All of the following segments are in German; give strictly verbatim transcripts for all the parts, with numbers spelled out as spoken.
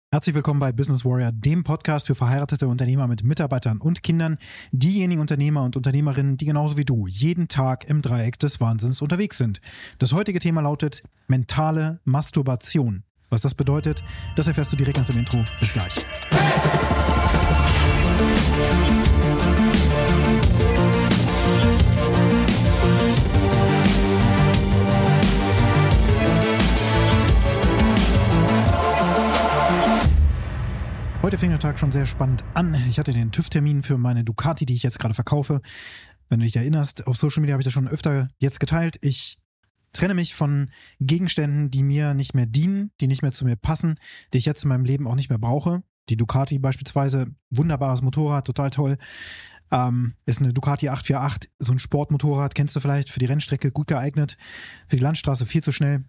Herzlich willkommen bei Business Warrior, dem Podcast für verheiratete Unternehmer mit Mitarbeitern und Kindern, diejenigen Unternehmer und Unternehmerinnen, die genauso wie du jeden Tag im Dreieck des Wahnsinns unterwegs sind. Das heutige Thema lautet mentale Masturbation. Was das bedeutet, das erfährst du direkt nach dem Intro. Bis gleich. Heute fing der Tag schon sehr spannend an. Ich hatte den TÜV-Termin für meine Ducati, die ich jetzt gerade verkaufe. Wenn du dich erinnerst, auf Social Media habe ich das schon öfter jetzt geteilt. Ich trenne mich von Gegenständen, die mir nicht mehr dienen, die nicht mehr zu mir passen, die ich jetzt in meinem Leben auch nicht mehr brauche. Die Ducati beispielsweise, wunderbares Motorrad, total toll. Ähm, ist eine Ducati acht vier acht, so ein Sportmotorrad, kennst du vielleicht, für die Rennstrecke gut geeignet, für die Landstraße viel zu schnell.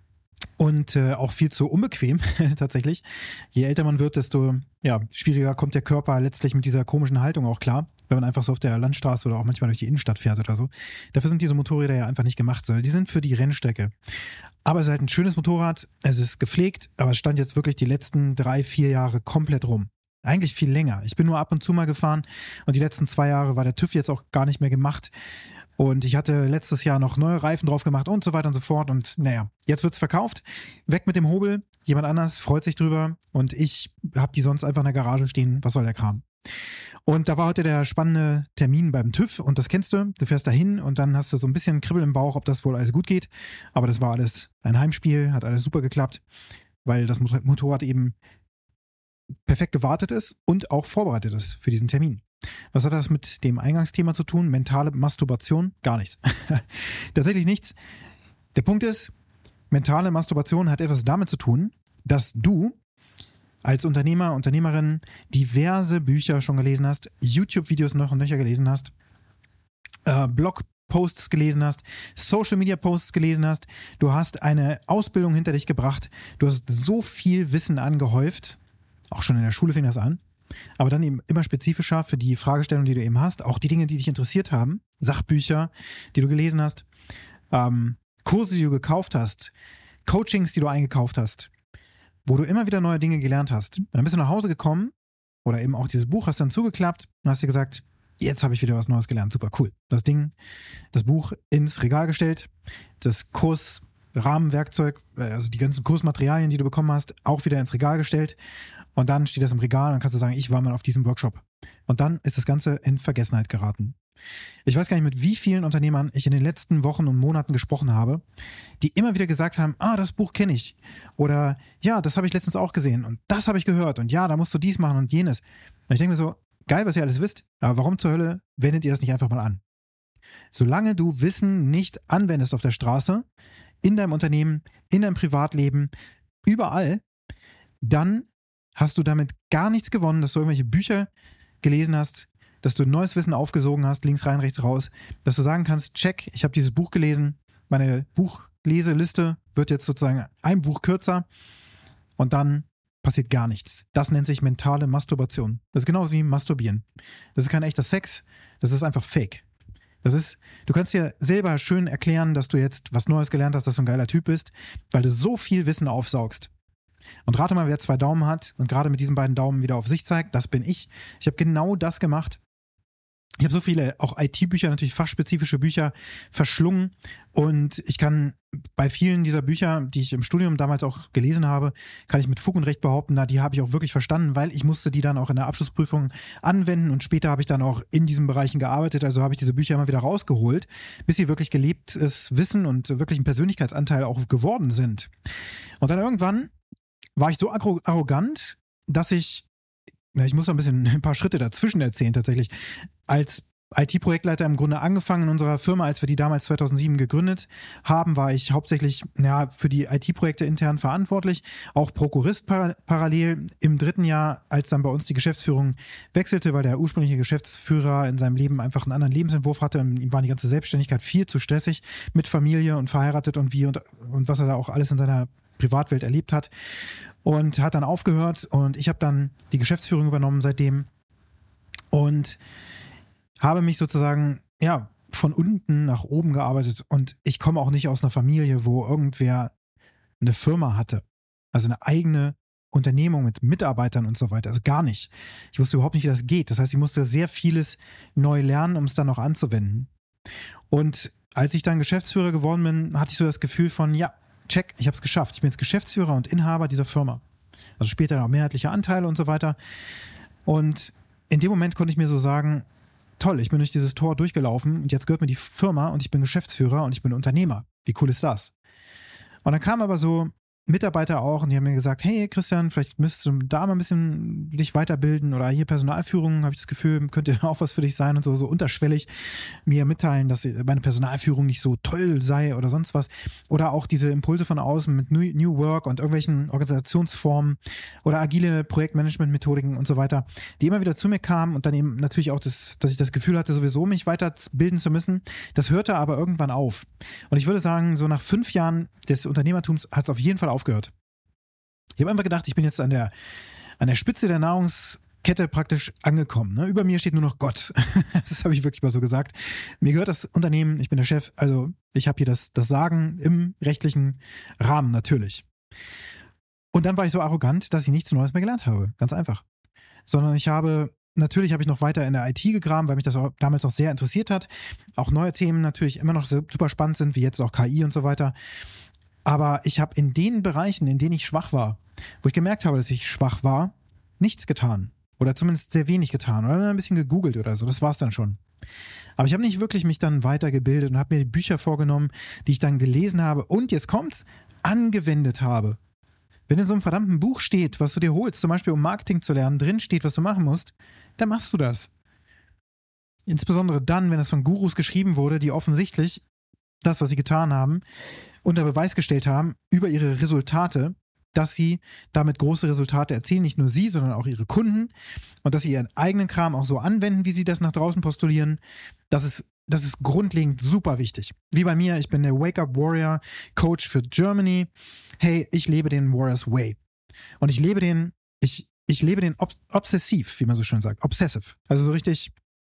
Und äh, auch viel zu unbequem tatsächlich. Je älter man wird, desto ja, schwieriger kommt der Körper letztlich mit dieser komischen Haltung auch klar, wenn man einfach so auf der Landstraße oder auch manchmal durch die Innenstadt fährt oder so. Dafür sind diese Motorräder ja einfach nicht gemacht, sondern die sind für die Rennstrecke. Aber es ist halt ein schönes Motorrad, es ist gepflegt, aber es stand jetzt wirklich die letzten drei, vier Jahre komplett rum. Eigentlich viel länger. Ich bin nur ab und zu mal gefahren und die letzten zwei Jahre war der TÜV jetzt auch gar nicht mehr gemacht. Und ich hatte letztes Jahr noch neue Reifen drauf gemacht und so weiter und so fort. Und naja, jetzt wird's verkauft. Weg mit dem Hobel. Jemand anders freut sich drüber. Und ich habe die sonst einfach in der Garage stehen. Was soll der Kram? Und da war heute der spannende Termin beim TÜV. Und das kennst du. Du fährst da hin und dann hast du so ein bisschen Kribbel im Bauch, ob das wohl alles gut geht. Aber das war alles ein Heimspiel. Hat alles super geklappt. Weil das Motorrad eben perfekt gewartet ist und auch vorbereitet ist für diesen Termin. Was hat das mit dem Eingangsthema zu tun? Mentale Masturbation? Gar nichts. Tatsächlich nichts. Der Punkt ist, mentale Masturbation hat etwas damit zu tun, dass du als Unternehmer, Unternehmerin diverse Bücher schon gelesen hast, YouTube-Videos noch und nöcher gelesen hast, äh, Blogposts gelesen hast, Social-Media-Posts gelesen hast, du hast eine Ausbildung hinter dich gebracht, du hast so viel Wissen angehäuft, auch schon in der Schule fing das an, aber dann eben immer spezifischer für die Fragestellung, die du eben hast, auch die Dinge, die dich interessiert haben, Sachbücher, die du gelesen hast, ähm, Kurse, die du gekauft hast, Coachings, die du eingekauft hast, wo du immer wieder neue Dinge gelernt hast. Dann bist du nach Hause gekommen oder eben auch dieses Buch hast dann zugeklappt und hast dir gesagt, jetzt habe ich wieder was Neues gelernt, super cool. Das Ding, das Buch ins Regal gestellt, das Kursrahmenwerkzeug, also die ganzen Kursmaterialien, die du bekommen hast, auch wieder ins Regal gestellt. Und dann steht das im Regal und dann kannst du sagen, ich war mal auf diesem Workshop. Und dann ist das Ganze in Vergessenheit geraten. Ich weiß gar nicht, mit wie vielen Unternehmern ich in den letzten Wochen und Monaten gesprochen habe, die immer wieder gesagt haben, ah, das Buch kenne ich. Oder ja, das habe ich letztens auch gesehen und das habe ich gehört und ja, da musst du dies machen und jenes. Und ich denke mir so, geil, was ihr alles wisst, aber warum zur Hölle wendet ihr das nicht einfach mal an? Solange du Wissen nicht anwendest auf der Straße, in deinem Unternehmen, in deinem Privatleben, überall, dann hast du damit gar nichts gewonnen, dass du irgendwelche Bücher gelesen hast, dass du neues Wissen aufgesogen hast, links rein, rechts raus, dass du sagen kannst, check, ich habe dieses Buch gelesen, meine Buchleseliste wird jetzt sozusagen ein Buch kürzer und dann passiert gar nichts. Das nennt sich mentale Masturbation. Das ist genauso wie Masturbieren. Das ist kein echter Sex, das ist einfach Fake. Das ist, du kannst dir selber schön erklären, dass du jetzt was Neues gelernt hast, dass du ein geiler Typ bist, weil du so viel Wissen aufsaugst. Und rate mal, wer zwei Daumen hat und gerade mit diesen beiden Daumen wieder auf sich zeigt, das bin ich. Ich habe genau das gemacht. Ich habe so viele, auch I T-Bücher, natürlich fachspezifische Bücher verschlungen und ich kann bei vielen dieser Bücher, die ich im Studium damals auch gelesen habe, kann ich mit Fug und Recht behaupten, na, die habe ich auch wirklich verstanden, weil ich musste die dann auch in der Abschlussprüfung anwenden und später habe ich dann auch in diesen Bereichen gearbeitet, also habe ich diese Bücher immer wieder rausgeholt, bis sie wirklich gelebtes Wissen und wirklich ein Persönlichkeitsanteil auch geworden sind. Und dann irgendwann war ich so arrogant, dass ich, ja, ich muss noch ein bisschen ein paar Schritte dazwischen erzählen tatsächlich, als I T-Projektleiter im Grunde angefangen in unserer Firma, als wir die damals zweitausendsieben gegründet haben, war ich hauptsächlich ja, für die I T-Projekte intern verantwortlich, auch Prokurist par- parallel. Im dritten Jahr, als dann bei uns die Geschäftsführung wechselte, weil der ursprüngliche Geschäftsführer in seinem Leben einfach einen anderen Lebensentwurf hatte, ihm war die ganze Selbstständigkeit viel zu stressig mit Familie und verheiratet und wie und, und was er da auch alles in seiner Privatwelt erlebt hat und hat dann aufgehört und ich habe dann die Geschäftsführung übernommen seitdem und habe mich sozusagen ja von unten nach oben gearbeitet und ich komme auch nicht aus einer Familie, wo irgendwer eine Firma hatte, also eine eigene Unternehmung mit Mitarbeitern und so weiter. Also gar nicht. Ich wusste überhaupt nicht, wie das geht. Das heißt, ich musste sehr vieles neu lernen, um es dann auch anzuwenden. Und als ich dann Geschäftsführer geworden bin, hatte ich so das Gefühl von, ja, check, ich habe es geschafft. Ich bin jetzt Geschäftsführer und Inhaber dieser Firma. Also später dann auch mehrheitliche Anteile und so weiter. Und in dem Moment konnte ich mir so sagen, toll, ich bin durch dieses Tor durchgelaufen und jetzt gehört mir die Firma und ich bin Geschäftsführer und ich bin Unternehmer. Wie cool ist das? Und dann kamen aber so Mitarbeiter auch und die haben mir gesagt, hey Christian, vielleicht müsstest du da mal ein bisschen dich weiterbilden oder hier Personalführung, habe ich das Gefühl, könnte auch was für dich sein und so, so unterschwellig mir mitteilen, dass meine Personalführung nicht so toll sei oder sonst was. Oder auch diese Impulse von außen mit New, New Work und irgendwelchen Organisationsformen oder agile Projektmanagement-Methodiken und so weiter, die immer wieder zu mir kamen und dann eben natürlich auch, das, dass ich das Gefühl hatte, sowieso mich weiterbilden zu müssen. Das hörte aber irgendwann auf. Und ich würde sagen, so nach fünf Jahren des Unternehmertums hat es auf jeden Fall aufgehört. Ich habe einfach gedacht, ich bin jetzt an der, an der Spitze der Nahrungskette praktisch angekommen. Ne? Über mir steht nur noch Gott. Das habe ich wirklich mal so gesagt. Mir gehört das Unternehmen, ich bin der Chef, also ich habe hier das, das Sagen im rechtlichen Rahmen natürlich. Und dann war ich so arrogant, dass ich nichts Neues mehr gelernt habe. Ganz einfach. Sondern ich habe, natürlich habe ich noch weiter in der I T gegraben, weil mich das auch damals auch sehr interessiert hat. Auch neue Themen natürlich immer noch super spannend sind, wie jetzt auch K I und so weiter. Aber ich habe in den Bereichen, in denen ich schwach war, wo ich gemerkt habe, dass ich schwach war, nichts getan. Oder zumindest sehr wenig getan. Oder ein bisschen gegoogelt oder so. Das war es dann schon. Aber ich habe nicht wirklich mich dann weitergebildet und habe mir die Bücher vorgenommen, die ich dann gelesen habe und jetzt kommt's, angewendet habe. Wenn in so einem verdammten Buch steht, was du dir holst, zum Beispiel um Marketing zu lernen, drin steht, was du machen musst, dann machst du das. Insbesondere dann, wenn es von Gurus geschrieben wurde, die offensichtlich das, was sie getan haben, unter Beweis gestellt haben über ihre Resultate, dass sie damit große Resultate erzielen, nicht nur sie, sondern auch ihre Kunden und dass sie ihren eigenen Kram auch so anwenden, wie sie das nach draußen postulieren. Das ist, das ist grundlegend super wichtig. Wie bei mir, ich bin der Wake-up Warrior Coach für Germany. Hey, ich lebe den Warriors Way. Und ich lebe den, ich, ich lebe den ob- obsessiv, wie man so schön sagt, obsessive. Also so richtig,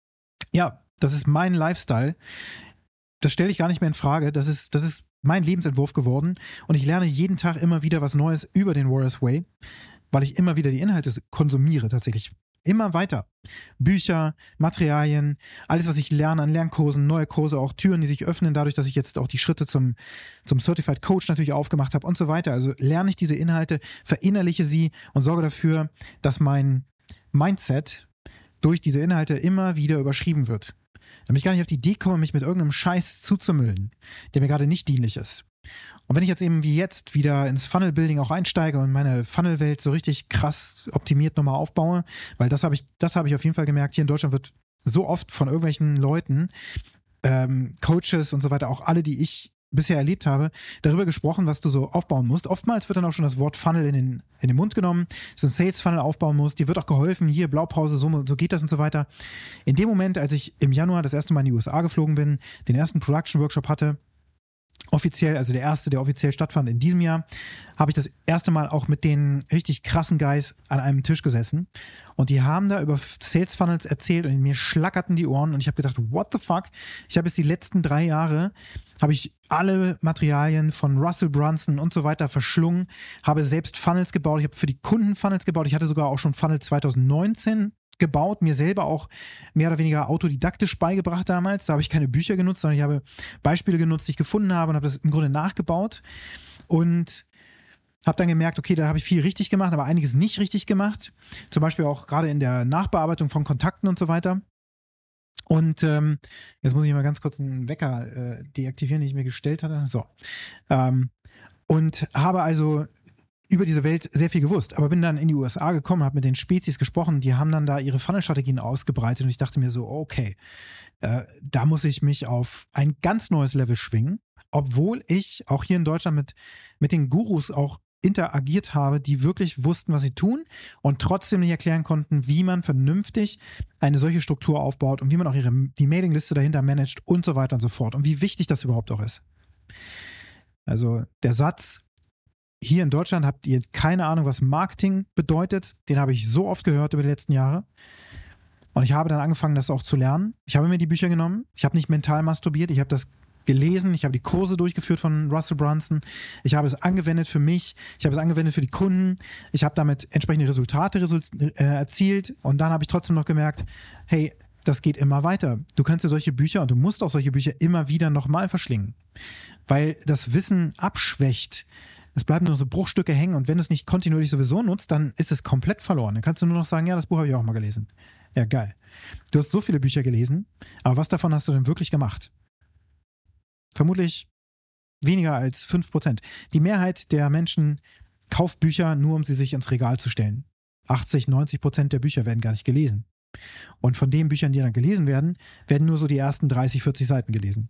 ja, das ist mein Lifestyle. Das stelle ich gar nicht mehr in Frage. Das ist, das ist mein Lebensentwurf geworden und ich lerne jeden Tag immer wieder was Neues über den Warriors Way, weil ich immer wieder die Inhalte konsumiere tatsächlich. Immer weiter. Bücher, Materialien, alles, was ich lerne an Lernkursen, neue Kurse, auch Türen, die sich öffnen, dadurch, dass ich jetzt auch die Schritte zum, zum Certified Coach natürlich aufgemacht habe und so weiter. Also lerne ich diese Inhalte, verinnerliche sie und sorge dafür, dass mein Mindset durch diese Inhalte immer wieder überschrieben wird. Damit ich gar nicht auf die Idee komme, mich mit irgendeinem Scheiß zuzumüllen, der mir gerade nicht dienlich ist. Und wenn ich jetzt eben wie jetzt wieder ins Funnel-Building auch einsteige und meine Funnel-Welt so richtig krass optimiert nochmal aufbaue, weil das habe ich, das habe ich auf jeden Fall gemerkt, hier in Deutschland wird so oft von irgendwelchen Leuten, ähm, Coaches und so weiter, auch alle, die ich bisher erlebt habe, darüber gesprochen, was du so aufbauen musst. Oftmals wird dann auch schon das Wort Funnel in den, in den Mund genommen, so ein Sales-Funnel aufbauen musst, dir wird auch geholfen, hier Blaupause, so, so geht das und so weiter. In dem Moment, als ich im Januar das erste Mal in die U S A geflogen bin, den ersten Production-Workshop hatte, offiziell, also der erste, der offiziell stattfand in diesem Jahr, habe ich das erste Mal auch mit den richtig krassen Guys an einem Tisch gesessen und die haben da über Sales Funnels erzählt und mir schlackerten die Ohren und ich habe gedacht, what the fuck? Ich habe jetzt die letzten drei Jahre, habe ich alle Materialien von Russell Brunson und so weiter verschlungen, habe selbst Funnels gebaut, ich habe für die Kunden Funnels gebaut, ich hatte sogar auch schon Funnel zwanzig neunzehn gebaut, mir selber auch mehr oder weniger autodidaktisch beigebracht damals. Da habe ich keine Bücher genutzt, sondern ich habe Beispiele genutzt, die ich gefunden habe und habe das im Grunde nachgebaut und habe dann gemerkt, okay, da habe ich viel richtig gemacht, aber einiges nicht richtig gemacht. Zum Beispiel auch gerade in der Nachbearbeitung von Kontakten und so weiter. Und ähm, jetzt muss ich mal ganz kurz einen Wecker äh, deaktivieren, den ich mir gestellt hatte. So. Ähm, und habe also über diese Welt sehr viel gewusst, aber bin dann in die U S A gekommen, habe mit den Spezies gesprochen, die haben dann da ihre Funnel-Strategien ausgebreitet und ich dachte mir so, okay, äh, da muss ich mich auf ein ganz neues Level schwingen, obwohl ich auch hier in Deutschland mit, mit den Gurus auch interagiert habe, die wirklich wussten, was sie tun und trotzdem nicht erklären konnten, wie man vernünftig eine solche Struktur aufbaut und wie man auch ihre, die Mailingliste dahinter managt und so weiter und so fort und wie wichtig das überhaupt auch ist. Also der Satz, hier in Deutschland habt ihr keine Ahnung, was Marketing bedeutet. Den habe ich so oft gehört über die letzten Jahre. Und ich habe dann angefangen, das auch zu lernen. Ich habe mir die Bücher genommen. Ich habe nicht mental masturbiert. Ich habe das gelesen, ich habe die Kurse durchgeführt von Russell Brunson, ich habe es angewendet für mich, ich habe es angewendet für die Kunden, ich habe damit entsprechende Resultate result- äh, erzielt und dann habe ich trotzdem noch gemerkt, hey, das geht immer weiter. Du kannst dir solche Bücher und du musst auch solche Bücher immer wieder nochmal verschlingen, weil das Wissen abschwächt. Es bleiben nur so Bruchstücke hängen und wenn du es nicht kontinuierlich sowieso nutzt, dann ist es komplett verloren. Dann kannst du nur noch sagen, ja, das Buch habe ich auch mal gelesen. Ja, geil. Du hast so viele Bücher gelesen, aber was davon hast du denn wirklich gemacht? Vermutlich weniger als fünf Prozent. Die Mehrheit der Menschen kauft Bücher nur, um sie sich ins Regal zu stellen. achtzig, neunzig Prozent der Bücher werden gar nicht gelesen. Und von den Büchern, die dann gelesen werden, werden nur so die ersten dreißig, vierzig Seiten gelesen.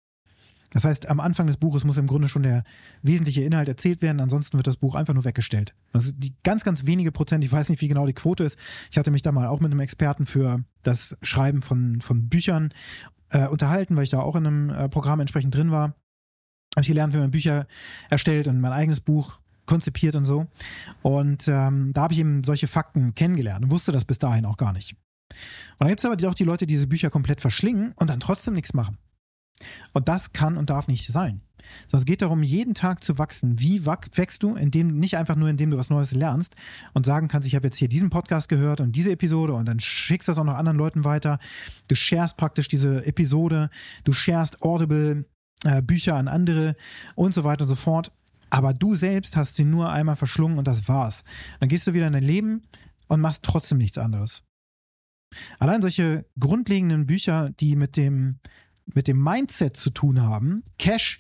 Das heißt, am Anfang des Buches muss im Grunde schon der wesentliche Inhalt erzählt werden, ansonsten wird das Buch einfach nur weggestellt. Also die ganz, ganz wenige Prozent, ich weiß nicht, wie genau die Quote ist. Ich hatte mich da mal auch mit einem Experten für das Schreiben von, von Büchern äh, unterhalten, weil ich da auch in einem äh, Programm entsprechend drin war. Habe ich gelernt, wie man Bücher erstellt und mein eigenes Buch konzipiert und so. Und ähm, da habe ich eben solche Fakten kennengelernt und wusste das bis dahin auch gar nicht. Und dann gibt es aber auch die Leute, die diese Bücher komplett verschlingen und dann trotzdem nichts machen. Und das kann und darf nicht sein. Sondern es geht darum, jeden Tag zu wachsen. Wie wächst du? Indem, nicht einfach nur, indem du was Neues lernst und sagen kannst, ich habe jetzt hier diesen Podcast gehört und diese Episode und dann schickst du das auch noch anderen Leuten weiter. Du sharest praktisch diese Episode, du sharest Audible äh, Bücher an andere und so weiter und so fort. Aber du selbst hast sie nur einmal verschlungen und das war's. Dann gehst du wieder in dein Leben und machst trotzdem nichts anderes. Allein solche grundlegenden Bücher, die mit dem mit dem Mindset zu tun haben. Cash,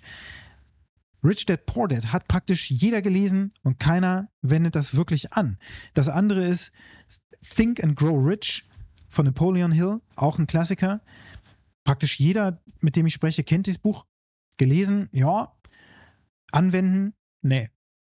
Rich Dad Poor Dad hat praktisch jeder gelesen und keiner wendet das wirklich an. Das andere ist Think and Grow Rich von Napoleon Hill, auch ein Klassiker. Praktisch jeder, mit dem ich spreche, kennt dieses Buch. Gelesen, ja. Anwenden, nee.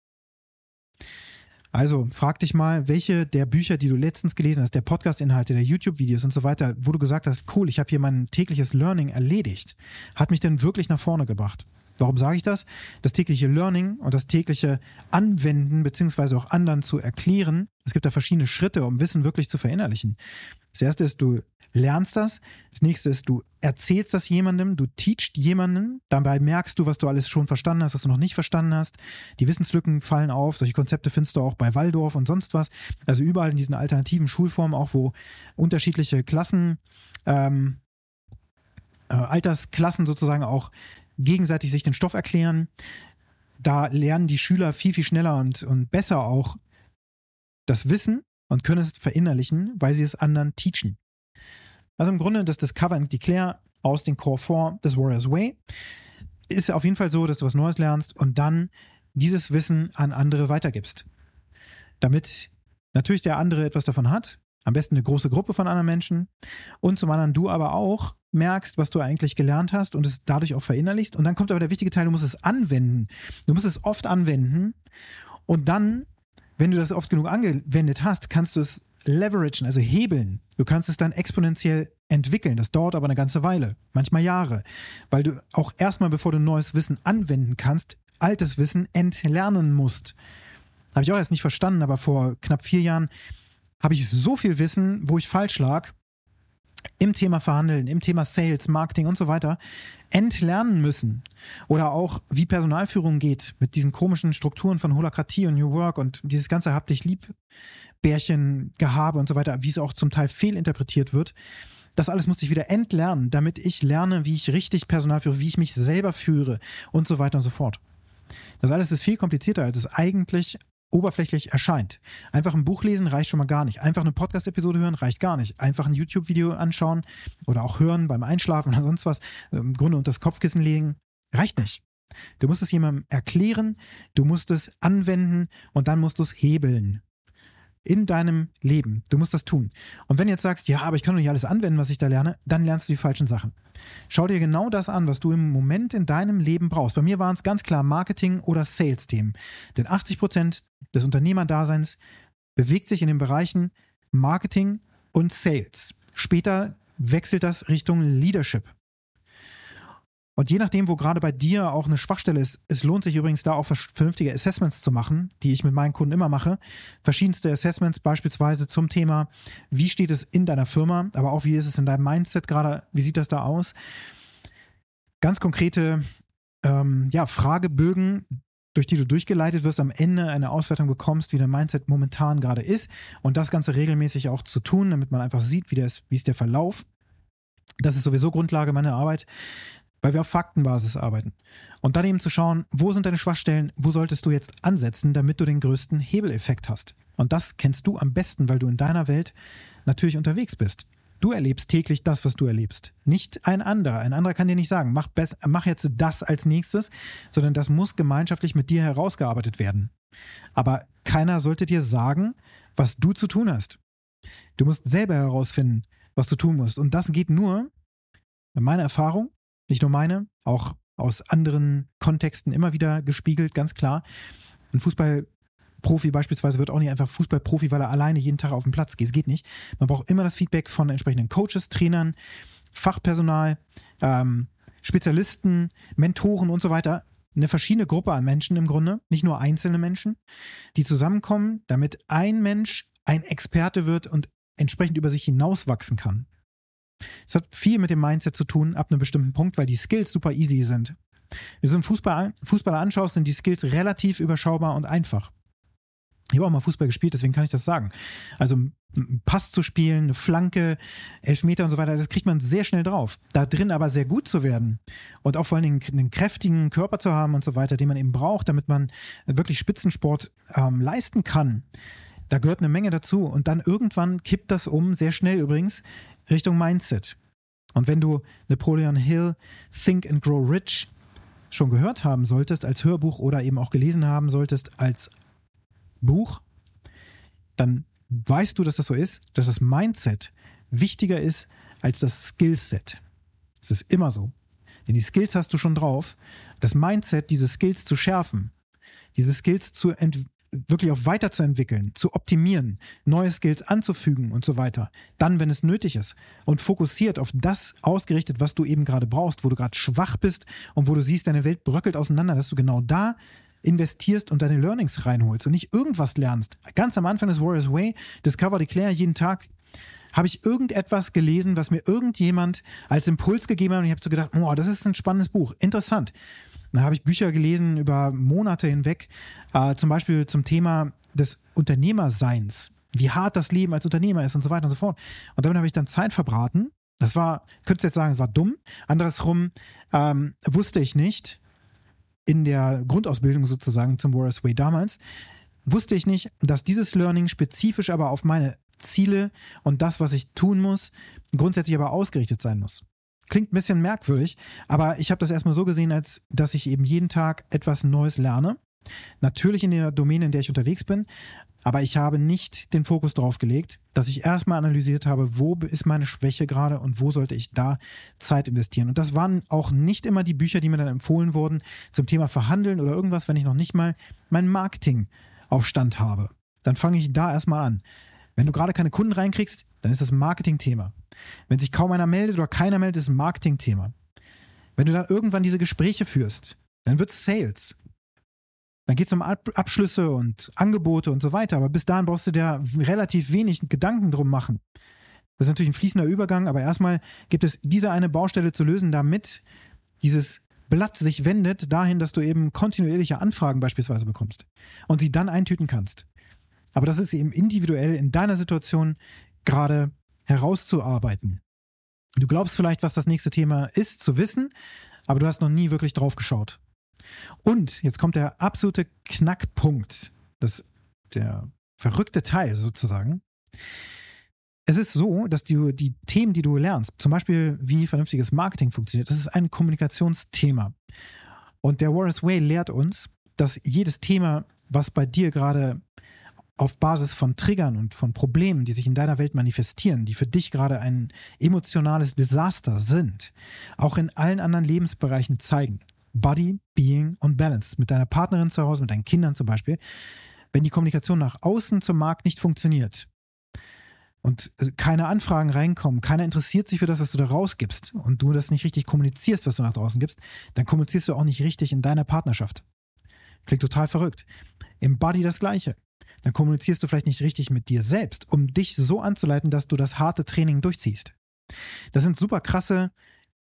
Also frag dich mal, welche der Bücher, die du letztens gelesen hast, der Podcast-Inhalte, der YouTube-Videos und so weiter, wo du gesagt hast, cool, ich habe hier mein tägliches Learning erledigt, hat mich denn wirklich nach vorne gebracht? Warum sage ich das? Das tägliche Learning und das tägliche Anwenden beziehungsweise auch anderen zu erklären, es gibt da verschiedene Schritte, um Wissen wirklich zu verinnerlichen. Das erste ist, du lernst das. Das nächste ist, du erzählst das jemandem, du teachst jemandem. Dabei merkst du, was du alles schon verstanden hast, was du noch nicht verstanden hast. Die Wissenslücken fallen auf. Solche Konzepte findest du auch bei Waldorf und sonst was. Also überall in diesen alternativen Schulformen, auch wo unterschiedliche Klassen, ähm, äh, Altersklassen sozusagen auch gegenseitig sich den Stoff erklären. Da lernen die Schüler viel, viel schneller und, und besser auch das Wissen und können es verinnerlichen, weil sie es anderen teachen. Also im Grunde das Discover and Declare aus den Core vier des Warrior's Way ist auf jeden Fall so, dass du was Neues lernst und dann dieses Wissen an andere weitergibst. Damit natürlich der andere etwas davon hat, am besten eine große Gruppe von anderen Menschen und zum anderen du aber auch merkst, was du eigentlich gelernt hast und es dadurch auch verinnerlichst. Und dann kommt aber der wichtige Teil, du musst es anwenden. Du musst es oft anwenden und dann, wenn du das oft genug angewendet hast, kannst du es leveragen, also hebeln. Du kannst es dann exponentiell entwickeln. Das dauert aber eine ganze Weile, manchmal Jahre, weil du auch erstmal, bevor du neues Wissen anwenden kannst, altes Wissen entlernen musst. Habe ich auch erst nicht verstanden, aber vor knapp vier Jahren habe ich so viel Wissen, wo ich falsch lag, im Thema Verhandeln, im Thema Sales, Marketing und so weiter, entlernen müssen. Oder auch, wie Personalführung geht mit diesen komischen Strukturen von Holokratie und New Work und dieses ganze Hab dich lieb, Bärchengehabe und so weiter, wie es auch zum Teil fehlinterpretiert wird. Das alles musste ich wieder entlernen, damit ich lerne, wie ich richtig Personal führe, wie ich mich selber führe und so weiter und so fort. Das alles ist viel komplizierter, als es eigentlich oberflächlich erscheint. Einfach ein Buch lesen reicht schon mal gar nicht. Einfach eine Podcast-Episode hören reicht gar nicht. Einfach ein YouTube-Video anschauen oder auch hören beim Einschlafen oder sonst was, im Grunde unter das Kopfkissen legen, reicht nicht. Du musst es jemandem erklären, du musst es anwenden und dann musst du es hebeln. In deinem Leben. Du musst das tun. Und wenn du jetzt sagst, ja, aber ich kann doch nicht alles anwenden, was ich da lerne, dann lernst du die falschen Sachen. Schau dir genau das an, was du im Moment in deinem Leben brauchst. Bei mir waren es ganz klar Marketing- oder Sales-Themen. Denn achtzig Prozent des Unternehmerdaseins bewegt sich in den Bereichen Marketing und Sales. Später wechselt das Richtung Leadership. Und je nachdem, wo gerade bei dir auch eine Schwachstelle ist, es lohnt sich übrigens da auch vernünftige Assessments zu machen, die ich mit meinen Kunden immer mache. Verschiedenste Assessments beispielsweise zum Thema, wie steht es in deiner Firma, aber auch wie ist es in deinem Mindset gerade, wie sieht das da aus? ganz konkrete ähm, ja, Fragebögen, durch die du durchgeleitet wirst, am Ende eine Auswertung bekommst, wie dein Mindset momentan gerade ist und das Ganze regelmäßig auch zu tun, damit man einfach sieht, wie, der ist, wie ist der Verlauf. Das ist sowieso Grundlage meiner Arbeit, weil wir auf Faktenbasis arbeiten. Und dann eben zu schauen, wo sind deine Schwachstellen, wo solltest du jetzt ansetzen, damit du den größten Hebeleffekt hast. Und das kennst du am besten, weil du in deiner Welt natürlich unterwegs bist. Du erlebst täglich das, was du erlebst. Nicht ein anderer. Ein anderer kann dir nicht sagen, mach, best, mach jetzt das als nächstes, sondern das muss gemeinschaftlich mit dir herausgearbeitet werden. Aber keiner sollte dir sagen, was du zu tun hast. Du musst selber herausfinden, was du tun musst. Und das geht nur, meine Erfahrung, nicht nur meine, auch aus anderen Kontexten immer wieder gespiegelt, ganz klar. Ein Fußballprofi beispielsweise wird auch nicht einfach Fußballprofi, weil er alleine jeden Tag auf den Platz geht. Es geht nicht. Man braucht immer das Feedback von entsprechenden Coaches, Trainern, Fachpersonal, ähm, Spezialisten, Mentoren und so weiter. Eine verschiedene Gruppe an Menschen im Grunde, nicht nur einzelne Menschen, die zusammenkommen, damit ein Mensch ein Experte wird und entsprechend über sich hinauswachsen kann. Das hat viel mit dem Mindset zu tun, ab einem bestimmten Punkt, weil die Skills super easy sind. Wenn du so einen Fußball, Fußballer anschaust, sind die Skills relativ überschaubar und einfach. Ich habe auch mal Fußball gespielt, deswegen kann ich das sagen. Also einen Pass zu spielen, eine Flanke, Elfmeter und so weiter, das kriegt man sehr schnell drauf. Da drin aber sehr gut zu werden und auch vor allen Dingen einen kräftigen Körper zu haben und so weiter, den man eben braucht, damit man wirklich Spitzensport ähm, leisten kann. Da gehört eine Menge dazu und dann irgendwann kippt das um, sehr schnell übrigens, Richtung Mindset. Und wenn du Napoleon Hill Think and Grow Rich schon gehört haben solltest als Hörbuch oder eben auch gelesen haben solltest als Buch, dann weißt du, dass das so ist, dass das Mindset wichtiger ist als das Skillset. Das ist immer so. Denn die Skills hast du schon drauf. Das Mindset, diese Skills zu schärfen, diese Skills zu entwickeln, wirklich auch weiterzuentwickeln, zu optimieren, neue Skills anzufügen und so weiter. Dann, wenn es nötig ist und fokussiert auf das ausgerichtet, was du eben gerade brauchst, wo du gerade schwach bist und wo du siehst, deine Welt bröckelt auseinander, dass du genau da investierst und deine Learnings reinholst und nicht irgendwas lernst. Ganz am Anfang des Warrior's Way, Discover, Declare, jeden Tag habe ich irgendetwas gelesen, was mir irgendjemand als Impuls gegeben hat und ich habe so gedacht, oh, das ist ein spannendes Buch, interessant. Da habe ich Bücher gelesen über Monate hinweg, äh, zum Beispiel zum Thema des Unternehmerseins, wie hart das Leben als Unternehmer ist und so weiter und so fort. Und damit habe ich dann Zeit verbraten. Das war, könntest du jetzt sagen, es war dumm. Andersrum ähm, wusste ich nicht, in der Grundausbildung sozusagen zum Warrior's Way damals, wusste ich nicht, dass dieses Learning spezifisch aber auf meine Ziele und das, was ich tun muss, grundsätzlich aber ausgerichtet sein muss. Klingt ein bisschen merkwürdig, aber ich habe das erstmal so gesehen, als dass ich eben jeden Tag etwas Neues lerne. Natürlich in der Domäne, in der ich unterwegs bin, aber ich habe nicht den Fokus darauf gelegt, dass ich erstmal analysiert habe, wo ist meine Schwäche gerade und wo sollte ich da Zeit investieren. Und das waren auch nicht immer die Bücher, die mir dann empfohlen wurden zum Thema Verhandeln oder irgendwas, wenn ich noch nicht mal mein Marketing auf Stand habe. Dann fange ich da erstmal an. Wenn du gerade keine Kunden reinkriegst, dann ist das ein Marketing-Thema. Wenn sich kaum einer meldet oder keiner meldet, ist es ein Marketing-Thema. Wenn du dann irgendwann diese Gespräche führst, dann wird es Sales. Dann geht es um Ab- Abschlüsse und Angebote und so weiter. Aber bis dahin brauchst du dir relativ wenig Gedanken drum machen. Das ist natürlich ein fließender Übergang, aber erstmal gibt es diese eine Baustelle zu lösen, damit dieses Blatt sich wendet dahin, dass du eben kontinuierliche Anfragen beispielsweise bekommst und sie dann eintüten kannst. Aber das ist eben individuell in deiner Situation gerade herauszuarbeiten. Du glaubst vielleicht, was das nächste Thema ist, zu wissen, aber du hast noch nie wirklich drauf geschaut. Und jetzt kommt der absolute Knackpunkt, das, der verrückte Teil sozusagen. Es ist so, dass die, die Themen, die du lernst, zum Beispiel wie vernünftiges Marketing funktioniert, das ist ein Kommunikationsthema. Und der Warrior's Way lehrt uns, dass jedes Thema, was bei dir gerade auf Basis von Triggern und von Problemen, die sich in deiner Welt manifestieren, die für dich gerade ein emotionales Desaster sind, auch in allen anderen Lebensbereichen zeigen. Body, Being und Balance. Mit deiner Partnerin zu Hause, mit deinen Kindern zum Beispiel. Wenn die Kommunikation nach außen zum Markt nicht funktioniert und keine Anfragen reinkommen, keiner interessiert sich für das, was du da rausgibst und du das nicht richtig kommunizierst, was du nach draußen gibst, dann kommunizierst du auch nicht richtig in deiner Partnerschaft. Klingt total verrückt. Im Body das Gleiche. Dann kommunizierst du vielleicht nicht richtig mit dir selbst, um dich so anzuleiten, dass du das harte Training durchziehst. Das sind super krasse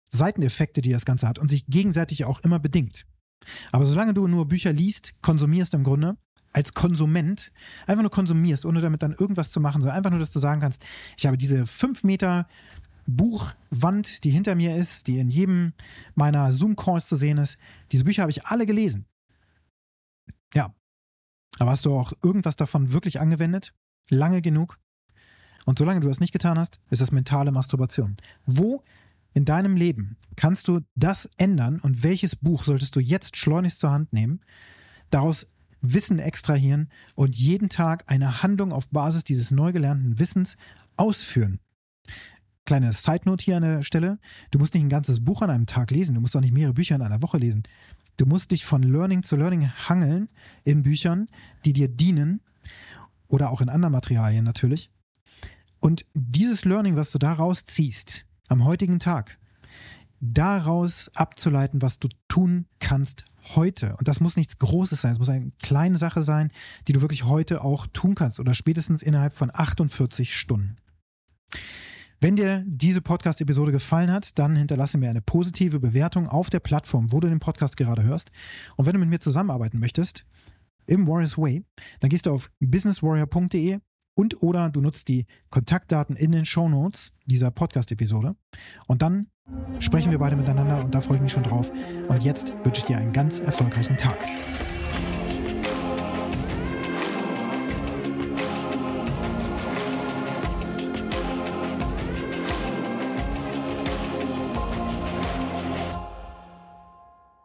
Seiteneffekte, die das Ganze hat und sich gegenseitig auch immer bedingt. Aber solange du nur Bücher liest, konsumierst im Grunde, als Konsument, einfach nur konsumierst, ohne damit dann irgendwas zu machen, sondern einfach nur, dass du sagen kannst, ich habe diese fünf Meter Buchwand, die hinter mir ist, die in jedem meiner Zoom-Calls zu sehen ist. Diese Bücher habe ich alle gelesen. Ja. Aber hast du auch irgendwas davon wirklich angewendet? Lange genug? Und solange du das nicht getan hast, ist das mentale Masturbation. Wo in deinem Leben kannst du das ändern und welches Buch solltest du jetzt schleunigst zur Hand nehmen, daraus Wissen extrahieren und jeden Tag eine Handlung auf Basis dieses neu gelernten Wissens ausführen? Kleine Side-Note hier an der Stelle. Du musst nicht ein ganzes Buch an einem Tag lesen. Du musst auch nicht mehrere Bücher in einer Woche lesen. Du musst dich von Learning zu Learning hangeln in Büchern, die dir dienen oder auch in anderen Materialien natürlich. Und dieses Learning, was du daraus ziehst, am heutigen Tag, daraus abzuleiten, was du tun kannst heute. Und das muss nichts Großes sein. Es muss eine kleine Sache sein, die du wirklich heute auch tun kannst oder spätestens innerhalb von achtundvierzig Stunden. Wenn dir diese Podcast-Episode gefallen hat, dann hinterlasse mir eine positive Bewertung auf der Plattform, wo du den Podcast gerade hörst. Und wenn du mit mir zusammenarbeiten möchtest, im Warriors Way, dann gehst du auf business warrior punkt de und oder du nutzt die Kontaktdaten in den Shownotes dieser Podcast-Episode. Und dann sprechen wir beide miteinander und da freue ich mich schon drauf. Und jetzt wünsche ich dir einen ganz erfolgreichen Tag.